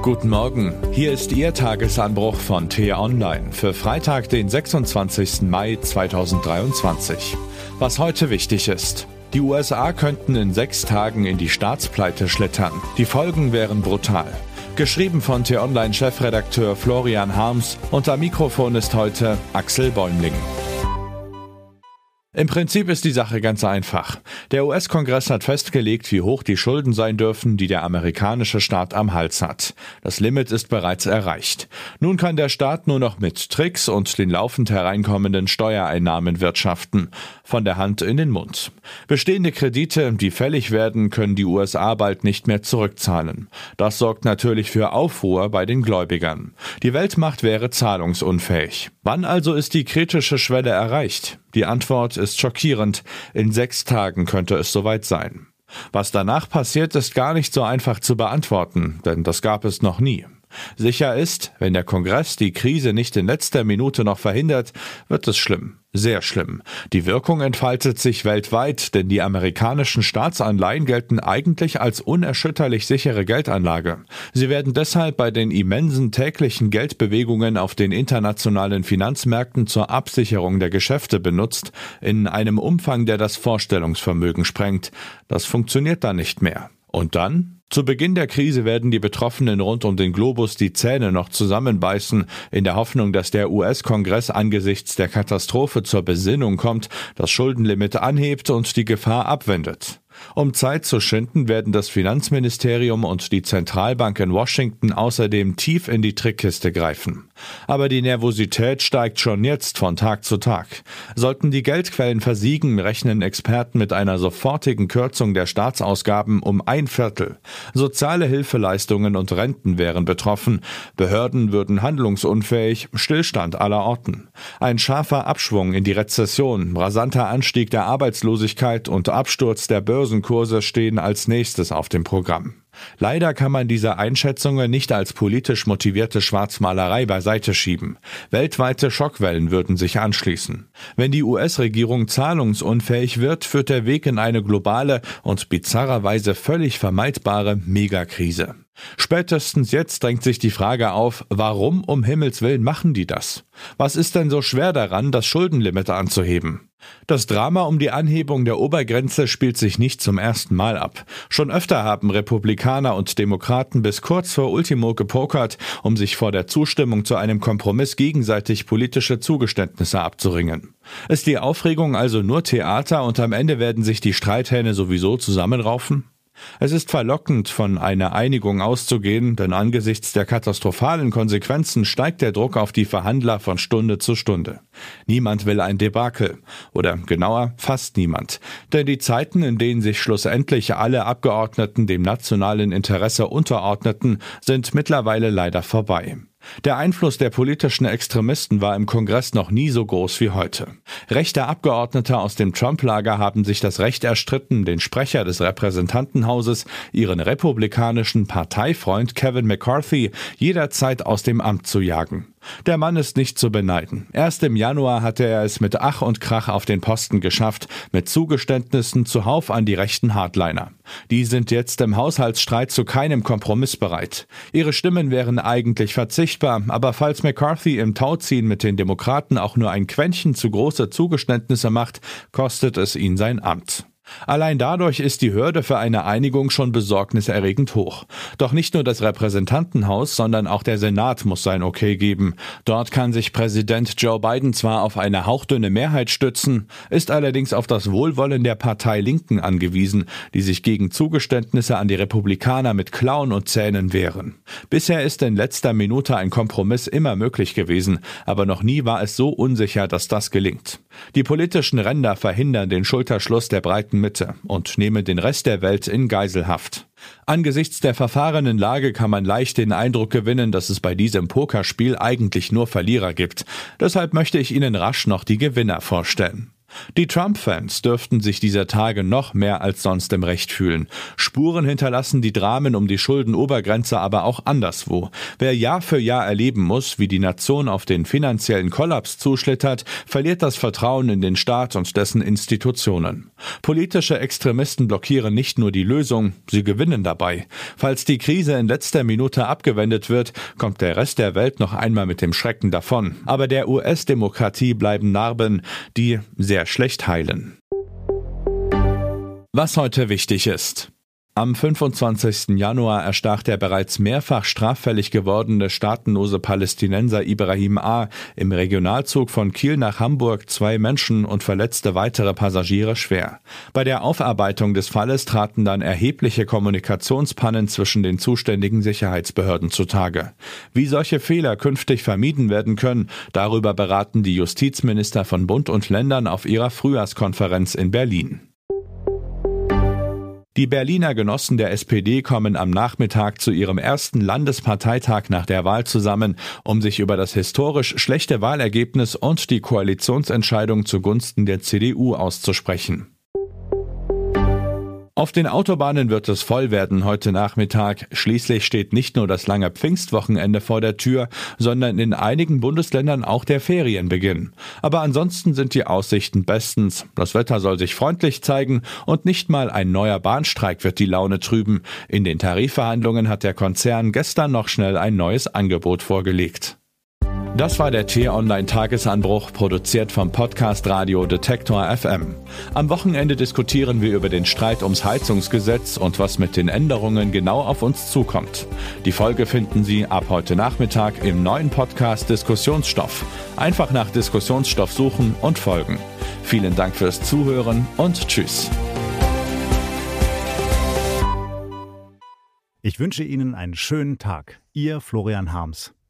Guten Morgen, hier ist Ihr Tagesanbruch von T-Online für Freitag, den 26. Mai 2023. Was heute wichtig ist: Die USA könnten in 6 Tagen in die Staatspleite schlittern. Die Folgen wären brutal. Geschrieben von T-Online-Chefredakteur Florian Harms und am Mikrofon ist heute Axel Bäumling. Im Prinzip ist die Sache ganz einfach. Der US-Kongress hat festgelegt, wie hoch die Schulden sein dürfen, die der amerikanische Staat am Hals hat. Das Limit ist bereits erreicht. Nun kann der Staat nur noch mit Tricks und den laufend hereinkommenden Steuereinnahmen wirtschaften. Von der Hand in den Mund. Bestehende Kredite, die fällig werden, können die USA bald nicht mehr zurückzahlen. Das sorgt natürlich für Aufruhr bei den Gläubigern. Die Weltmacht wäre zahlungsunfähig. Wann also ist die kritische Schwelle erreicht? Die Antwort ist schockierend. In 6 Tagen könnte es soweit sein. Was danach passiert, ist gar nicht so einfach zu beantworten, denn das gab es noch nie. Sicher ist, wenn der Kongress die Krise nicht in letzter Minute noch verhindert, wird es schlimm. Sehr schlimm. Die Wirkung entfaltet sich weltweit, denn die amerikanischen Staatsanleihen gelten eigentlich als unerschütterlich sichere Geldanlage. Sie werden deshalb bei den immensen täglichen Geldbewegungen auf den internationalen Finanzmärkten zur Absicherung der Geschäfte benutzt, in einem Umfang, der das Vorstellungsvermögen sprengt. Das funktioniert dann nicht mehr. Und dann? Zu Beginn der Krise werden die Betroffenen rund um den Globus die Zähne noch zusammenbeißen, in der Hoffnung, dass der US-Kongress angesichts der Katastrophe zur Besinnung kommt, das Schuldenlimit anhebt und die Gefahr abwendet. Um Zeit zu schinden, werden das Finanzministerium und die Zentralbank in Washington außerdem tief in die Trickkiste greifen. Aber die Nervosität steigt schon jetzt von Tag zu Tag. Sollten die Geldquellen versiegen, rechnen Experten mit einer sofortigen Kürzung der Staatsausgaben um 1/4. Soziale Hilfeleistungen und Renten wären betroffen. Behörden würden handlungsunfähig, Stillstand aller Orten. Ein scharfer Abschwung in die Rezession, rasanter Anstieg der Arbeitslosigkeit und Absturz der Börsenkurse stehen als nächstes auf dem Programm. Leider kann man diese Einschätzungen nicht als politisch motivierte Schwarzmalerei beiseite schieben. Weltweite Schockwellen würden sich anschließen. Wenn die US-Regierung zahlungsunfähig wird, führt der Weg in eine globale und bizarrerweise völlig vermeidbare Megakrise. Spätestens jetzt drängt sich die Frage auf, warum um Himmels Willen machen die das? Was ist denn so schwer daran, das Schuldenlimit anzuheben? Das Drama um die Anhebung der Obergrenze spielt sich nicht zum ersten Mal ab. Schon öfter haben Republikaner und Demokraten bis kurz vor Ultimo gepokert, um sich vor der Zustimmung zu einem Kompromiss gegenseitig politische Zugeständnisse abzuringen. Ist die Aufregung also nur Theater und am Ende werden sich die Streithähne sowieso zusammenraufen? Es ist verlockend, von einer Einigung auszugehen, denn angesichts der katastrophalen Konsequenzen steigt der Druck auf die Verhandler von Stunde zu Stunde. Niemand will ein Debakel. Oder genauer, fast niemand. Denn die Zeiten, in denen sich schlussendlich alle Abgeordneten dem nationalen Interesse unterordneten, sind mittlerweile leider vorbei. Der Einfluss der politischen Extremisten war im Kongress noch nie so groß wie heute. Rechte Abgeordnete aus dem Trump-Lager haben sich das Recht erstritten, den Sprecher des Repräsentantenhauses, ihren republikanischen Parteifreund Kevin McCarthy, jederzeit aus dem Amt zu jagen. Der Mann ist nicht zu beneiden. Erst im Januar hatte er es mit Ach und Krach auf den Posten geschafft, mit Zugeständnissen zuhauf an die rechten Hardliner. Die sind jetzt im Haushaltsstreit zu keinem Kompromiss bereit. Ihre Stimmen wären eigentlich verzichtbar, aber falls McCarthy im Tauziehen mit den Demokraten auch nur ein Quäntchen zu große Zugeständnisse macht, kostet es ihn sein Amt. Allein dadurch ist die Hürde für eine Einigung schon besorgniserregend hoch. Doch nicht nur das Repräsentantenhaus, sondern auch der Senat muss sein Okay geben. Dort kann sich Präsident Joe Biden zwar auf eine hauchdünne Mehrheit stützen, ist allerdings auf das Wohlwollen der Partei Linken angewiesen, die sich gegen Zugeständnisse an die Republikaner mit Klauen und Zähnen wehren. Bisher ist in letzter Minute ein Kompromiss immer möglich gewesen, aber noch nie war es so unsicher, dass das gelingt. Die politischen Ränder verhindern den Schulterschluss der breiten Mitte und nehmen den Rest der Welt in Geiselhaft. Angesichts der verfahrenen Lage kann man leicht den Eindruck gewinnen, dass es bei diesem Pokerspiel eigentlich nur Verlierer gibt. Deshalb möchte ich Ihnen rasch noch die Gewinner vorstellen. Die Trump-Fans dürften sich dieser Tage noch mehr als sonst im Recht fühlen. Spuren hinterlassen die Dramen um die Schuldenobergrenze aber auch anderswo. Wer Jahr für Jahr erleben muss, wie die Nation auf den finanziellen Kollaps zuschlittert, verliert das Vertrauen in den Staat und dessen Institutionen. Politische Extremisten blockieren nicht nur die Lösung, sie gewinnen dabei. Falls die Krise in letzter Minute abgewendet wird, kommt der Rest der Welt noch einmal mit dem Schrecken davon. Aber der US-Demokratie bleiben Narben, die sehr schlecht heilen. Was heute wichtig ist. Am 25. Januar erstach der bereits mehrfach straffällig gewordene staatenlose Palästinenser Ibrahim A. im Regionalzug von Kiel nach Hamburg 2 Menschen und verletzte weitere Passagiere schwer. Bei der Aufarbeitung des Falles traten dann erhebliche Kommunikationspannen zwischen den zuständigen Sicherheitsbehörden zutage. Wie solche Fehler künftig vermieden werden können, darüber beraten die Justizminister von Bund und Ländern auf ihrer Frühjahrskonferenz in Berlin. Die Berliner Genossen der SPD kommen am Nachmittag zu ihrem ersten Landesparteitag nach der Wahl zusammen, um sich über das historisch schlechte Wahlergebnis und die Koalitionsentscheidung zugunsten der CDU auszusprechen. Auf den Autobahnen wird es voll werden heute Nachmittag. Schließlich steht nicht nur das lange Pfingstwochenende vor der Tür, sondern in einigen Bundesländern auch der Ferienbeginn. Aber ansonsten sind die Aussichten bestens. Das Wetter soll sich freundlich zeigen und nicht mal ein neuer Bahnstreik wird die Laune trüben. In den Tarifverhandlungen hat der Konzern gestern noch schnell ein neues Angebot vorgelegt. Das war der T-Online-Tagesanbruch, produziert vom Podcast Radio Detektor FM. Am Wochenende diskutieren wir über den Streit ums Heizungsgesetz und was mit den Änderungen genau auf uns zukommt. Die Folge finden Sie ab heute Nachmittag im neuen Podcast Diskussionsstoff. Einfach nach Diskussionsstoff suchen und folgen. Vielen Dank fürs Zuhören und tschüss. Ich wünsche Ihnen einen schönen Tag. Ihr Florian Harms.